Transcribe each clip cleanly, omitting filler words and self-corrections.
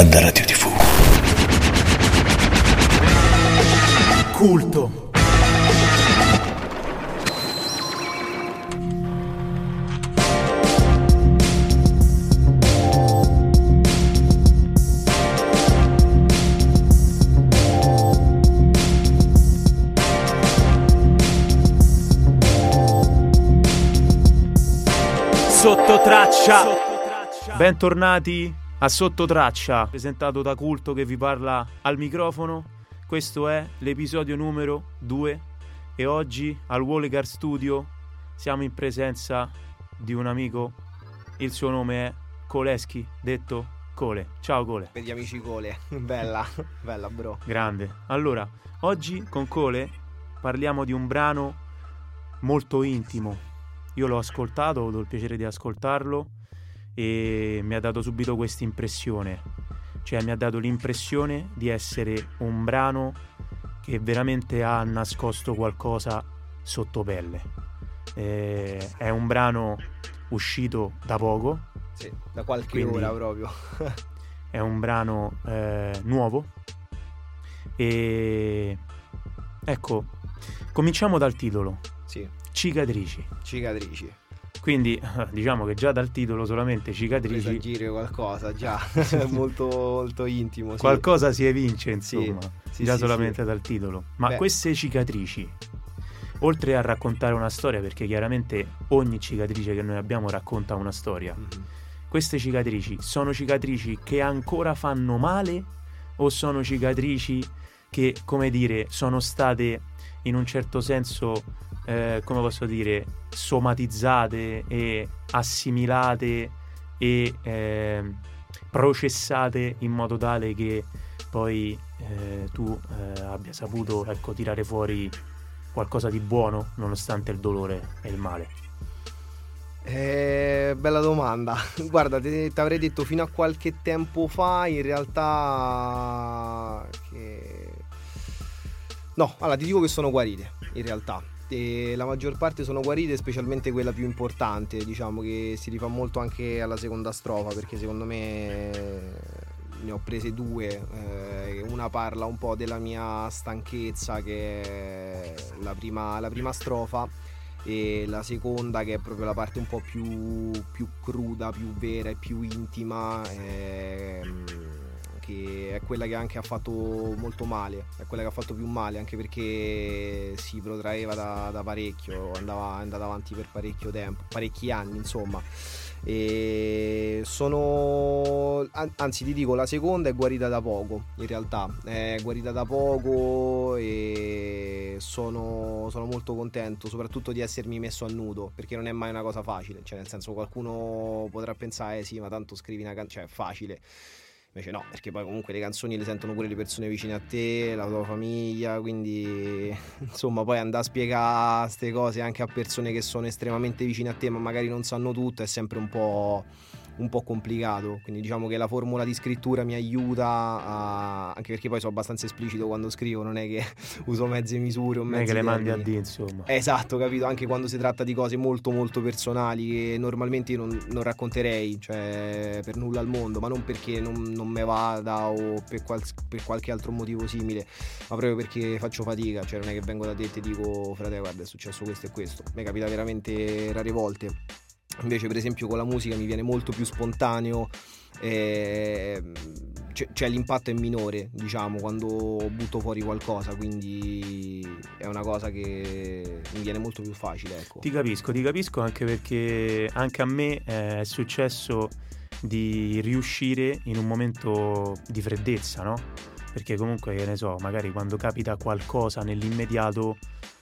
Banda Radio TV. Culto. Sottotraccia. Bentornati a Sottotraccia, presentato da Culto che vi parla al microfono. Questo è l'episodio numero 2 e oggi al Wallegar Studio siamo in presenza di un amico. Il suo nome è Coleschi, detto Cole. Ciao Cole. Per gli amici Cole. Bella bro. Grande. Allora, oggi con Cole parliamo di un brano molto intimo. Io l'ho ascoltato, ho avuto il piacere di ascoltarlo e mi ha dato subito questa impressione. Cioè mi ha dato l'impressione di essere un brano che veramente ha nascosto qualcosa sotto pelle. È un brano uscito da poco. Sì, da qualche ora proprio. È un brano nuovo. E ecco, cominciamo dal titolo. Sì. Cicatrici. Quindi diciamo che già dal titolo solamente cicatrici presa a giro qualcosa già molto, molto intimo, sì. Qualcosa si evince insomma, sì, già sì, solamente dal titolo. Ma queste cicatrici, oltre a raccontare una storia, perché chiaramente ogni cicatrice che noi abbiamo racconta una storia, queste cicatrici sono cicatrici che ancora fanno male o sono cicatrici che, come dire, sono state in un certo senso come posso dire, somatizzate e assimilate e processate in modo tale che poi tu abbia saputo, ecco, tirare fuori qualcosa di buono nonostante il dolore e il male? Bella domanda. Guarda, ti avrei detto fino a qualche tempo fa in realtà che... No, allora ti dico che sono guarite in realtà. E la maggior parte sono guarite, specialmente quella più importante, diciamo, che si rifà molto anche alla seconda strofa, perché secondo me ne ho prese due. Una parla un po' della mia stanchezza, che è la prima strofa, e la seconda che è proprio la parte un po' più cruda, più vera e più intima, che è quella che anche ha fatto molto male, è quella che ha fatto più male, anche perché si protraeva da parecchio, andava avanti per parecchio tempo, parecchi anni insomma. E anzi ti dico, la seconda è guarita da poco, in realtà è guarita da poco e sono molto contento soprattutto di essermi messo a nudo, perché non è mai una cosa facile, cioè nel senso, qualcuno potrà pensare sì, ma tanto scrivi una canzone, cioè è facile. Invece no, perché poi comunque le canzoni le sentono pure le persone vicine a te, la tua famiglia, quindi insomma poi andare a spiegare queste cose anche a persone che sono estremamente vicine a te ma magari non sanno tutto è sempre un po' complicato. Quindi diciamo che la formula di scrittura mi aiuta anche perché poi sono abbastanza esplicito quando scrivo, non è che uso mezze misure o mezzi che le mandi a termini. insomma. Esatto, capito, anche quando si tratta di cose molto molto personali che normalmente io non racconterei, cioè per nulla al mondo, ma non perché non me vada o per qualche altro motivo simile, ma proprio perché faccio fatica, cioè non è che vengo da te e ti dico frate guarda è successo questo e questo, mi capita veramente rare volte. Invece per esempio con la musica mi viene molto più spontaneo, cioè l'impatto è minore, diciamo, quando butto fuori qualcosa, quindi è una cosa che mi viene molto più facile, ecco. Ti capisco anche perché anche a me è successo di riuscire in un momento di freddezza, no? Perché comunque, che ne so, magari quando capita qualcosa nell'immediato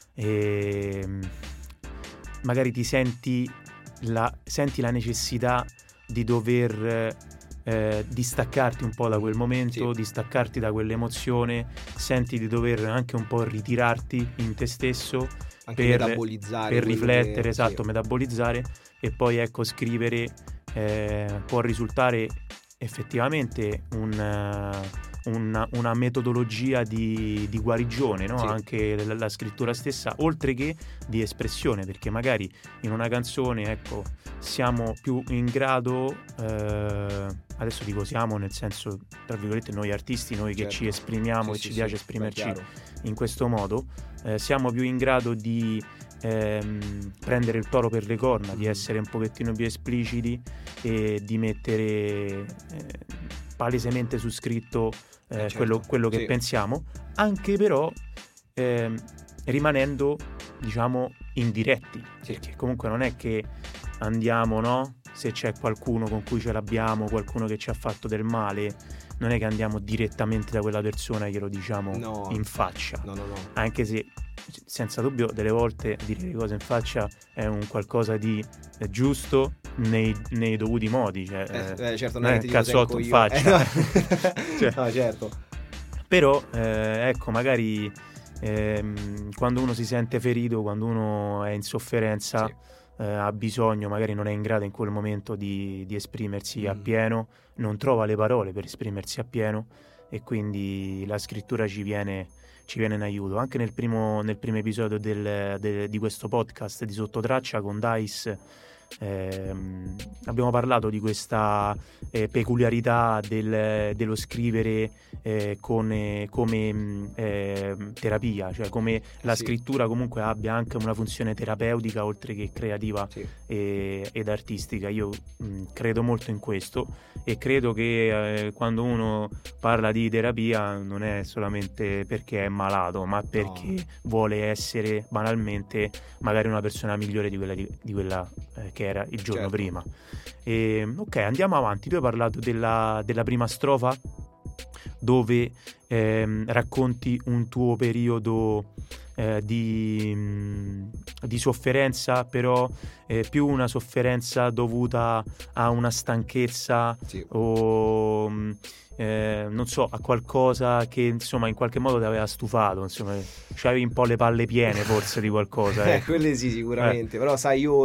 magari ti senti la necessità di dover distaccarti un po' da quel momento, sì, distaccarti da quell'emozione, senti di dover anche un po' ritirarti in te stesso anche metabolizzare, per riflettere, che... esatto, sì, metabolizzare, e poi ecco scrivere può risultare effettivamente una metodologia di guarigione, no? Anche la scrittura stessa, oltre che di espressione, perché magari in una canzone, ecco, siamo più in grado, adesso dico siamo nel senso, tra virgolette, noi artisti, noi che ci esprimiamo e ci piace esprimerci in questo modo, siamo più in grado di prendere il toro per le corna, di essere un pochettino più espliciti e di mettere palesemente su scritto quello che pensiamo, anche però rimanendo, diciamo, indiretti, perché comunque non è che andiamo, no? Se c'è qualcuno con cui ce l'abbiamo, qualcuno che ci ha fatto del male, non è che andiamo direttamente da quella persona e glielo diciamo in faccia. No. Anche se, senza dubbio, delle volte dire le cose in faccia è un qualcosa di giusto nei dovuti modi, certo, non è cazzotto in faccia. No, certo. Però ecco, magari quando uno si sente ferito, quando uno è in sofferenza, ha bisogno, magari non è in grado in quel momento di esprimersi appieno, non trova le parole per esprimersi appieno, e quindi la scrittura ci viene in aiuto. Anche nel primo episodio di questo podcast di Sottotraccia con Dice abbiamo parlato di questa peculiarità dello scrivere come terapia, cioè come la scrittura comunque abbia anche una funzione terapeutica oltre che creativa ed artistica. Io credo molto in questo, e credo che quando uno parla di terapia non è solamente perché è malato, ma perché vuole essere banalmente magari una persona migliore di quella che era il giorno prima. Ok, andiamo avanti. Tu hai parlato della prima strofa, dove racconti un tuo periodo di sofferenza, però più una sofferenza dovuta a una stanchezza o non so, a qualcosa che insomma in qualche modo ti aveva stufato, insomma c'avevi un po' le palle piene forse di qualcosa. Quelle sì, sicuramente. Però sai, io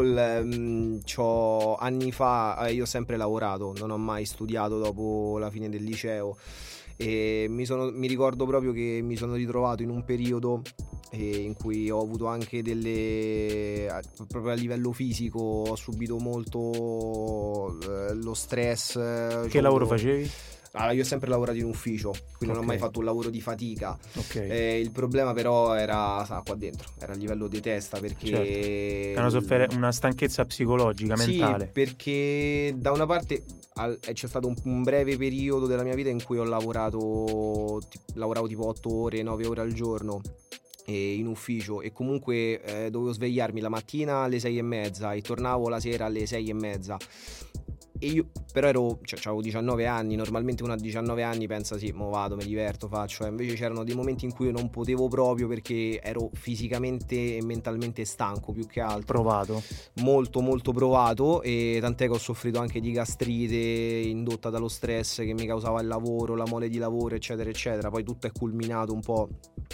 anni fa io ho sempre lavorato, non ho mai studiato dopo la fine del liceo, e mi ricordo proprio che mi sono ritrovato in un periodo in cui ho avuto anche proprio a livello fisico, ho subito molto lo stress. Che lavoro facevi? Allora, io ho sempre lavorato in ufficio, quindi non ho mai fatto un lavoro di fatica. Il problema però era qua dentro, era a livello di testa, perché è una stanchezza psicologica, mentale. Sì, perché da una parte c'è stato un breve periodo della mia vita in cui lavoravo tipo 8 ore, 9 ore al giorno in ufficio, e comunque dovevo svegliarmi la mattina alle 6:30 e tornavo la sera alle 6:30. E io però avevo 19 anni, normalmente uno a 19 anni pensa sì, mo vado, mi diverto, faccio, invece c'erano dei momenti in cui io non potevo proprio, perché ero fisicamente e mentalmente stanco, più che altro. Provato. Molto molto provato, e tant'è che ho soffrito anche di gastrite indotta dallo stress che mi causava il lavoro, la mole di lavoro, eccetera eccetera. Poi tutto è culminato un po'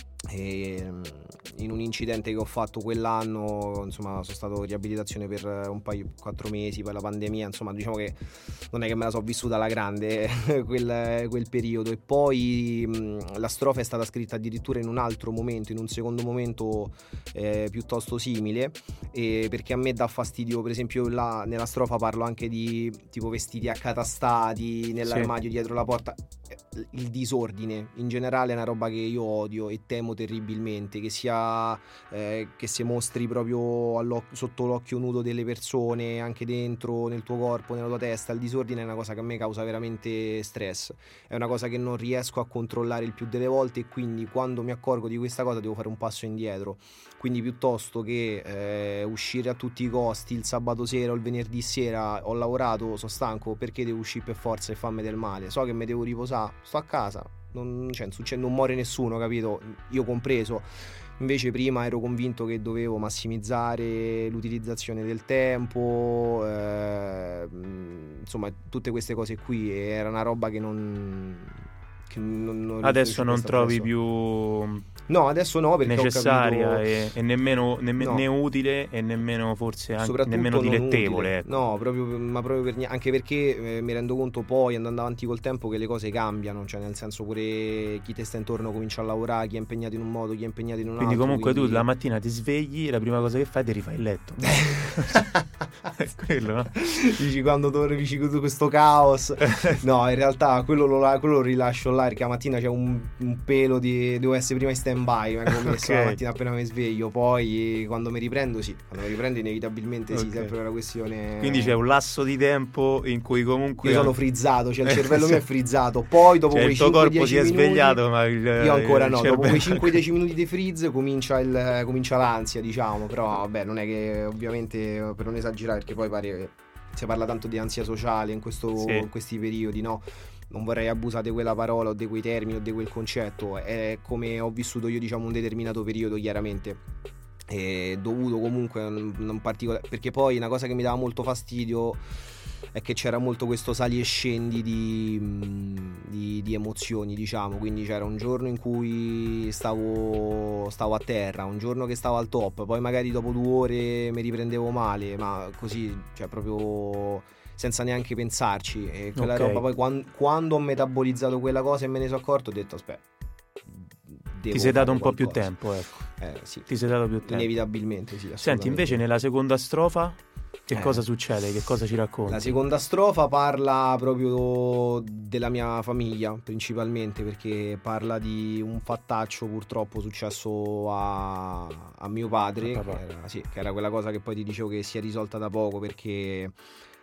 in un incidente che ho fatto quell'anno, insomma sono stato in riabilitazione per 4 mesi, poi la pandemia, insomma diciamo che non è che me la so vissuta alla grande quel periodo. E poi la strofa è stata scritta addirittura in un altro momento, in un secondo momento piuttosto simile, perché a me dà fastidio, per esempio nella strofa parlo anche di tipo vestiti accatastati nell'armadio dietro la porta. Il disordine in generale è una roba che io odio e temo terribilmente, che si mostri proprio sotto l'occhio nudo delle persone, anche dentro nel tuo corpo, nella tua testa. Il disordine è una cosa che a me causa veramente stress, è una cosa che non riesco a controllare il più delle volte, e quindi quando mi accorgo di questa cosa devo fare un passo indietro. Quindi piuttosto che uscire a tutti i costi il sabato sera o il venerdì sera, ho lavorato, sono stanco, perché devo uscire per forza e farmi del male? So che mi devo riposare, sto a casa, non muore nessuno, capito? Io compreso. Invece prima ero convinto che dovevo massimizzare l'utilizzazione del tempo, insomma tutte queste cose qui, e era una roba che non adesso non trovi più No, adesso no, perché necessaria ho capito... e nemmeno No. né utile e nemmeno forse anche Soprattutto nemmeno non dilettevole, utile. ecco. No, ma proprio per niente. Anche perché mi rendo conto poi, andando avanti col tempo, che le cose cambiano. Cioè, nel senso, pure chi te sta intorno comincia a lavorare, chi è impegnato in un modo, chi è impegnato in un Quindi altro. comunque quindi... tu la mattina ti svegli e la prima cosa che fai è ti rifai il letto. È quello, no? Dici, quando torni tutto questo caos. No, in realtà quello lo rilascio là, perché la mattina c'è un pelo devo essere prima in stand by, mi avevo messo la mattina appena mi sveglio. Poi quando mi riprendo, sì, quando mi riprendo inevitabilmente sì, sempre una questione. Quindi c'è un lasso di tempo in cui comunque io sono frizzato, cioè il cervello mio è frizzato. Poi dopo cioè quei il tuo 5-10 corpo si è minuti, svegliato, ma io ancora no, dopo quei cervello... 5-10 minuti di freeze comincia l'ansia, diciamo. Però vabbè, non è che, ovviamente, per non esagerare, perché poi pare si parla tanto di ansia sociale in questi periodi, no? Non vorrei abusare di quella parola o di quei termini o di quel concetto. È come ho vissuto io, diciamo, un determinato periodo, chiaramente, dovuto comunque a un particolare, perché poi una cosa che mi dava molto fastidio è che c'era molto questo sali e scendi di emozioni, diciamo. Quindi c'era un giorno in cui stavo a terra, un giorno che stavo al top, poi magari dopo 2 ore mi riprendevo male, ma così, cioè proprio senza neanche pensarci. E quella roba poi quando ho metabolizzato quella cosa e me ne sono accorto, ho detto aspetta, ti sei dato un po' più tempo, ecco. Sì, ti sei dato più tempo, inevitabilmente, sì. Senti, invece nella seconda strofa che cosa succede? Che cosa ci racconti? La seconda strofa parla proprio della mia famiglia, principalmente, perché parla di un fattaccio purtroppo successo a mio padre, che era quella cosa che poi ti dicevo che si è risolta da poco, perché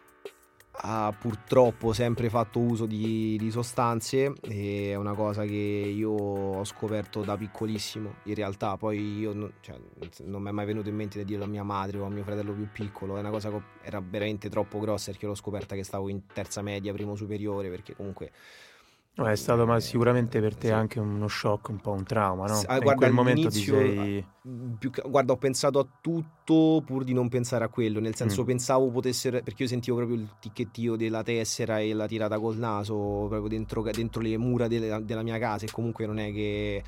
ha purtroppo sempre fatto uso di sostanze, e è una cosa che io ho scoperto da piccolissimo. In realtà poi io non mi è mai venuto in mente di dirlo a mia madre o a mio fratello più piccolo. È una cosa che era veramente troppo grossa, perché l'ho scoperta che stavo in terza media, primo superiore, perché comunque è stato sicuramente per te anche uno shock, un po' un trauma, no? Guarda, in quel momento ti sei... Guarda, ho pensato a tutto pur di non pensare a quello. Nel senso, pensavo potessero... Perché io sentivo proprio il ticchettio della tessera e la tirata col naso proprio dentro le mura della mia casa. E comunque non è che,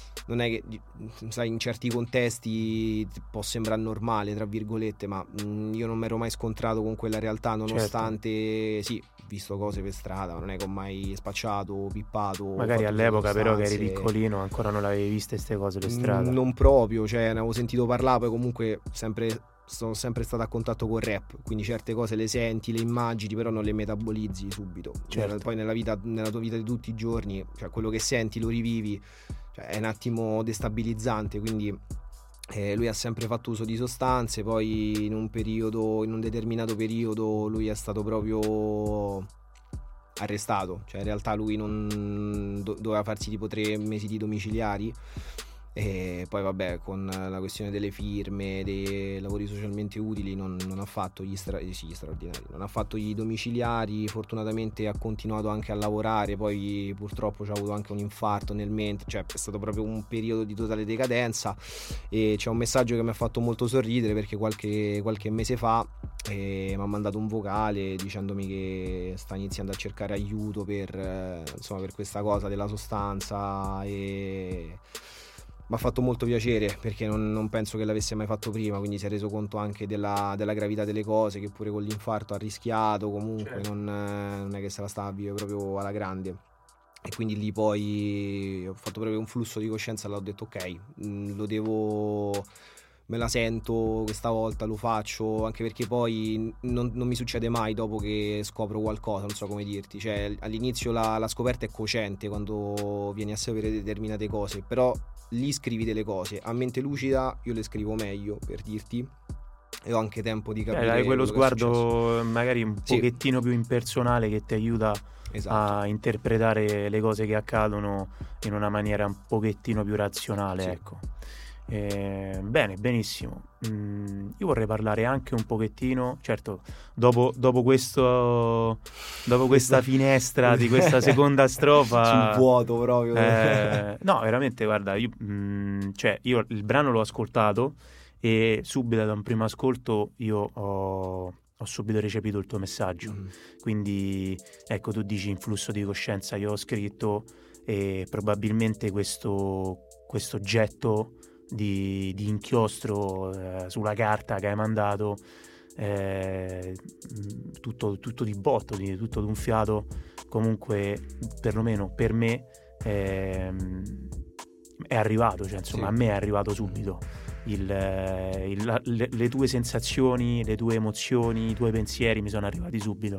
sai, in certi contesti può sembrare normale, tra virgolette, ma io non mi ero mai scontrato con quella realtà, nonostante sì, ho visto cose per strada, ma non è che ho mai spacciato, pippato. Magari all'epoca però che eri piccolino ancora non l'avevi viste queste cose per strada. Non proprio, cioè ne avevo sentito parlare, poi comunque sono sempre stato a contatto con il rap, quindi certe cose le senti, le immagini, però non le metabolizzi subito. Certo. Poi nella tua vita di tutti i giorni, cioè quello che senti lo rivivi, cioè è un attimo destabilizzante. Quindi lui ha sempre fatto uso di sostanze. Poi in un determinato periodo lui è stato proprio arrestato, cioè in realtà lui non doveva farsi tipo 3 mesi di domiciliari. E poi vabbè, con la questione delle firme, dei lavori socialmente utili, non ha fatto gli straordinari, non ha fatto i domiciliari. Fortunatamente ha continuato anche a lavorare, poi purtroppo c'ha avuto anche un infarto nel mentre, cioè è stato proprio un periodo di totale decadenza. E c'è un messaggio che mi ha fatto molto sorridere, perché qualche mese fa mi ha mandato un vocale dicendomi che sta iniziando a cercare aiuto per questa cosa della sostanza, e mi ha fatto molto piacere, perché non penso che l'avesse mai fatto prima. Quindi si è reso conto anche della gravità delle cose, che pure con l'infarto ha rischiato comunque. Certo. Non è che se la stava a vivere proprio alla grande. E quindi lì poi ho fatto proprio un flusso di coscienza, l'ho detto ok, me la sento questa volta, lo faccio, anche perché poi non mi succede mai dopo che scopro qualcosa, non so come dirti. Cioè all'inizio la scoperta è cocente quando vieni a sapere determinate cose, però lì scrivi delle cose a mente lucida, io le scrivo meglio, per dirti, e ho anche tempo di capire. Hai quello sguardo magari un pochettino più impersonale che ti aiuta, esatto, a interpretare le cose che accadono in una maniera un pochettino più razionale, sì. Ecco. Bene, benissimo. Io vorrei parlare anche un pochettino, certo, dopo questa finestra di questa seconda strofa sul vuoto proprio. No, veramente, guarda, io il brano l'ho ascoltato e subito da un primo ascolto io ho subito recepito il tuo messaggio. Quindi ecco, tu dici influsso di coscienza, io ho scritto e probabilmente questo getto di inchiostro sulla carta che hai mandato, tutto di botto, tutto d'un fiato, comunque perlomeno per me è arrivato, cioè insomma, sì. A me è arrivato subito le tue sensazioni, le tue emozioni, i tuoi pensieri mi sono arrivati subito.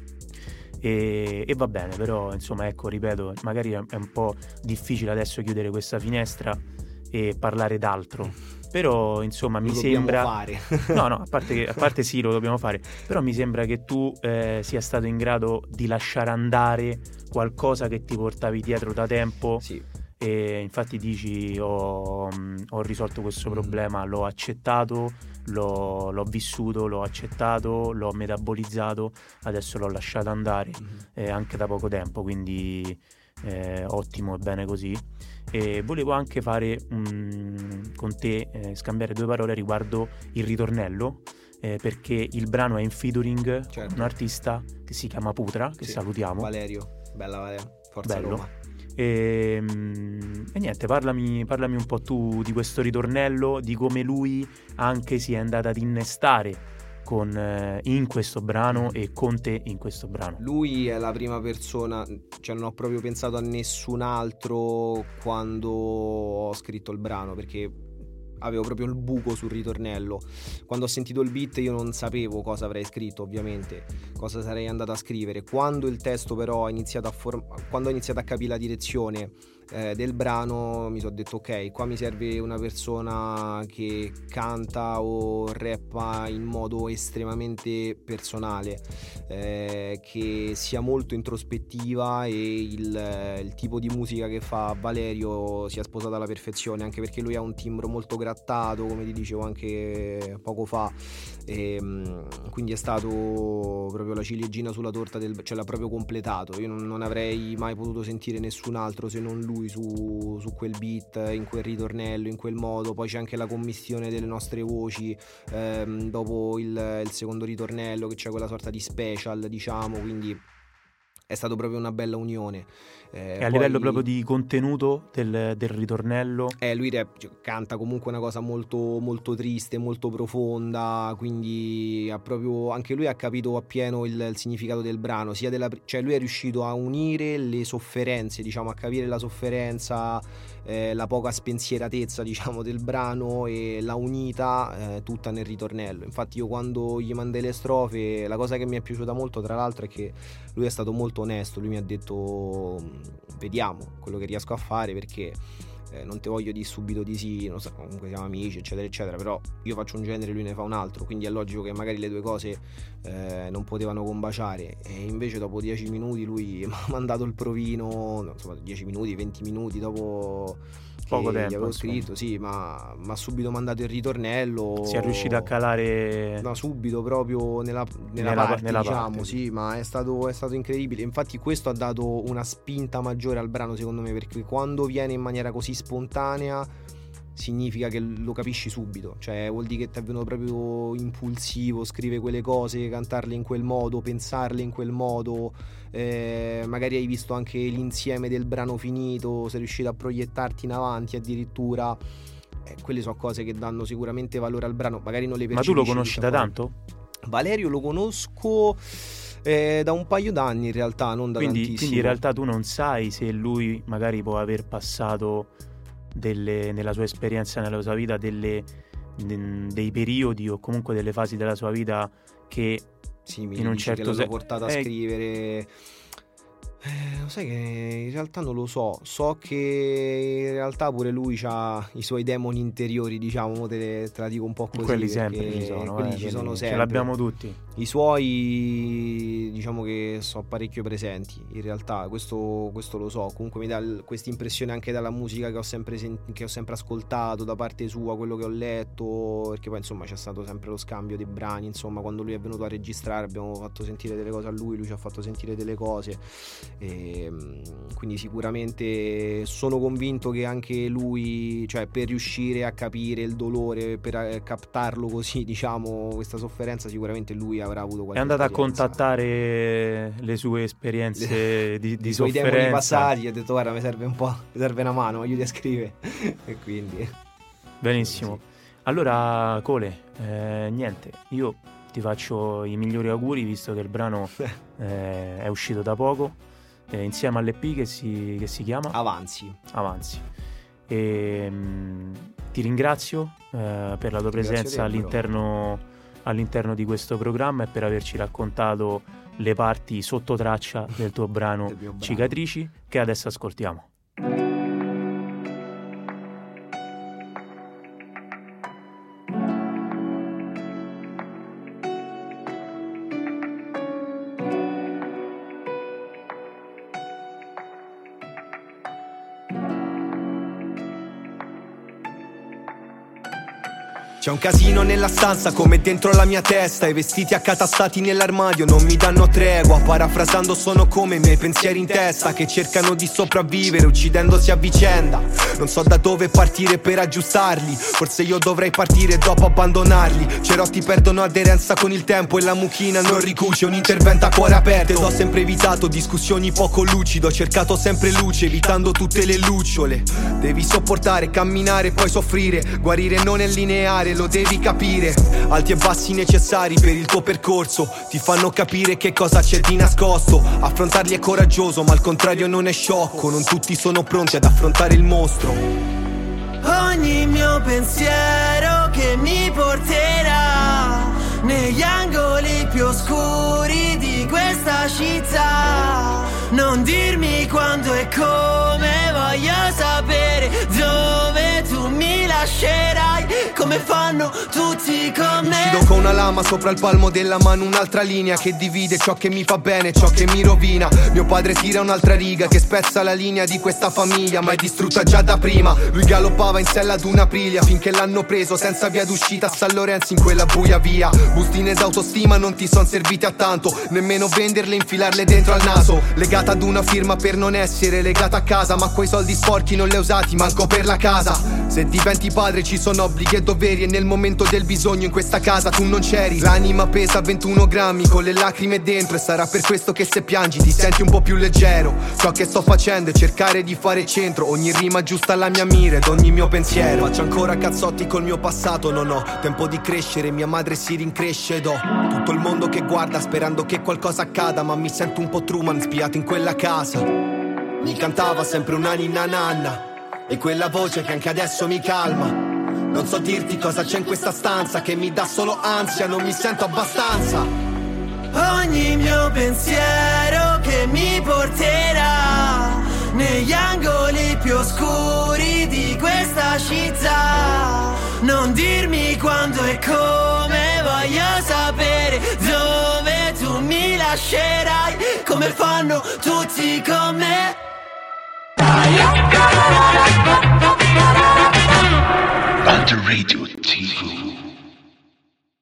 E va bene, però insomma, ecco, ripeto, magari è un po' difficile adesso chiudere questa finestra e parlare d'altro, però insomma mi sembra fare. no, a parte sì, lo dobbiamo fare, però mi sembra che tu sia stato in grado di lasciare andare qualcosa che ti portavi dietro da tempo. Sì. E infatti dici ho risolto questo problema, l'ho accettato, l'ho vissuto, l'ho accettato, l'ho metabolizzato, adesso l'ho lasciato andare anche da poco tempo, quindi ottimo, è bene così. E volevo anche fare con te scambiare due parole riguardo il ritornello, perché il brano è in featuring, certo, un artista che si chiama Putra, che sì, salutiamo, Valerio, bella Valerio, forza bello. Roma. E niente, parlami un po' tu di questo ritornello, di come lui anche si è andato ad innestare in questo brano e con te in questo brano. Lui è la prima persona, cioè non ho proprio pensato a nessun altro quando ho scritto il brano, perché avevo proprio il buco sul ritornello. Quando ho sentito il beat io non sapevo cosa avrei scritto, ovviamente, cosa sarei andato a scrivere. Quando il testo però ha iniziato quando ho iniziato a capire la direzione del brano, mi sono detto ok, qua mi serve una persona che canta o rappa in modo estremamente personale, che sia molto introspettiva, e il tipo di musica che fa Valerio sia sposato alla perfezione, anche perché lui ha un timbro molto grattato, come ti dicevo anche poco fa, e quindi è stato proprio la ciliegina sulla torta cioè l'ha proprio completato. Io non avrei mai potuto sentire nessun altro se non lui su quel beat, in quel ritornello, in quel modo. Poi c'è anche la commistione delle nostre voci dopo il secondo ritornello, che c'è quella sorta di special, diciamo, quindi è stato proprio una bella unione. E a livello proprio di contenuto del ritornello, lui canta comunque una cosa molto, molto triste, molto profonda, quindi anche lui ha capito appieno il significato del brano, cioè lui è riuscito a unire le sofferenze, diciamo, a capire la sofferenza, la poca spensieratezza, diciamo, del brano, e l'ha unita tutta nel ritornello. Infatti io quando gli mandai le strofe, la cosa che mi è piaciuta molto tra l'altro è che lui è stato molto onesto. Lui mi ha detto vediamo quello che riesco a fare, perché non te voglio dire subito di sì, non so, comunque siamo amici eccetera eccetera, però io faccio un genere, lui ne fa un altro, quindi è logico che magari le due cose non potevano combaciare. E invece dopo 10 minuti lui mi ha mandato il provino, insomma 10 minuti, 20 minuti dopo poco tempo, gli avevo scritto, sì, ma ha subito mandato il ritornello. Si è riuscito a calare subito proprio nella parte, diciamo, parte. Sì, ma è stato incredibile. Infatti questo ha dato una spinta maggiore al brano, secondo me, perché quando viene in maniera così spontanea significa che lo capisci subito, cioè vuol dire che ti è venuto proprio impulsivo, scrive quelle cose, cantarle in quel modo, pensarle in quel modo, magari hai visto anche l'insieme del brano finito, sei riuscito a proiettarti in avanti addirittura. Quelle sono cose che danno sicuramente valore al brano, magari non le percepisci. Ma tu lo conosci da tanto? Valerio lo conosco da un paio d'anni in realtà, non da tantissimo. Quindi in realtà tu non sai se lui magari può aver passato nella sua esperienza, nella sua vita, dei periodi o comunque delle fasi della sua vita che sì, in un certo senso l'hanno portato a scrivere. Lo sai che in realtà non lo so che in realtà pure lui ha i suoi demoni interiori, diciamo, te la dico un po' così. Quelli sempre ci sono, sempre. Ce l'abbiamo tutti. I suoi, diciamo che sono parecchio presenti in realtà, questo lo so. Comunque mi dà questa impressione anche dalla musica che ho sempre ascoltato da parte sua, quello che ho letto, perché poi insomma c'è stato sempre lo scambio dei brani, insomma quando lui è venuto a registrare abbiamo fatto sentire delle cose a lui ci ha fatto sentire delle cose, e quindi sicuramente sono convinto che anche lui, cioè per riuscire a capire il dolore, per captarlo così, diciamo, questa sofferenza, sicuramente lui avrà avuto qualche è andato a esperienza. Contattare le sue esperienze di suoi sofferenza, demoni passati, ha detto guarda mi serve un po', mi serve una mano, aiuti a scrivere e quindi benissimo. Sì. Allora Cole, niente, io ti faccio i migliori auguri, visto che il brano è uscito da poco, insieme all'EP che si chiama Avanzi. E ti ringrazio per la tua presenza all'interno di questo programma e per averci raccontato le parti sotto traccia del tuo brano Cicatrici, che adesso ascoltiamo. C'è un casino nella stanza come dentro la mia testa. I vestiti accatastati nell'armadio non mi danno tregua. Parafrasando sono come i miei pensieri in testa che cercano di sopravvivere uccidendosi a vicenda. Non so da dove partire per aggiustarli. Forse io dovrei partire dopo abbandonarli. Cerotti perdono aderenza con il tempo e la mucchina non ricuce un intervento a cuore aperto. Ed ho sempre evitato discussioni poco lucide. Ho cercato sempre luce evitando tutte le lucciole. Devi sopportare, camminare e poi soffrire. Guarire non è lineare, lo devi capire. Alti e bassi necessari per il tuo percorso ti fanno capire che cosa c'è di nascosto. Affrontarli è coraggioso, ma al contrario non è sciocco. Non tutti sono pronti ad affrontare il mostro. Ogni mio pensiero che mi porterà negli angoli più oscuri di questa città. Non dirmi quando e come, voglio sapere dove tu mi lascerai, come fanno tutti con me. Uccido con una lama sopra il palmo della mano un'altra linea che divide ciò che mi fa bene e ciò che mi rovina. Mio padre tira un'altra riga che spezza la linea di questa famiglia, ma è distrutta già da prima. Lui galoppava in sella ad una Aprilia finché l'hanno preso senza via d'uscita a San Lorenzo in quella buia via. Bustine d'autostima non ti son servite a tanto, nemmeno venderle e infilarle dentro al naso. Legata ad una firma per non essere legata a casa, ma quei soldi sporchi non li ho usati manco per la casa. Se diventi padre ci sono obblighi e doveri e nel momento del bisogno in questa casa tu non c'eri. L'anima pesa 21 grammi con le lacrime dentro e sarà per questo che se piangi ti senti un po' più leggero. Ciò che sto facendo è cercare di fare centro ogni rima giusta alla mia mira ed ogni mio pensiero. Faccio ancora cazzotti col mio passato, non ho tempo di crescere, mia madre si rincresce ed ho tutto il mondo che guarda sperando che qualcosa accada, ma mi sento un po' Truman spiato in quella casa. Mi cantava sempre una ninna nanna e quella voce che anche adesso mi calma. Non so dirti cosa c'è in questa stanza che mi dà solo ansia, non mi sento abbastanza. Ogni mio pensiero che mi porterà negli angoli più oscuri di questa città. Non dirmi quando e come, voglio sapere dove tu mi lascerai, come fanno tutti con me. Alter Radio TV.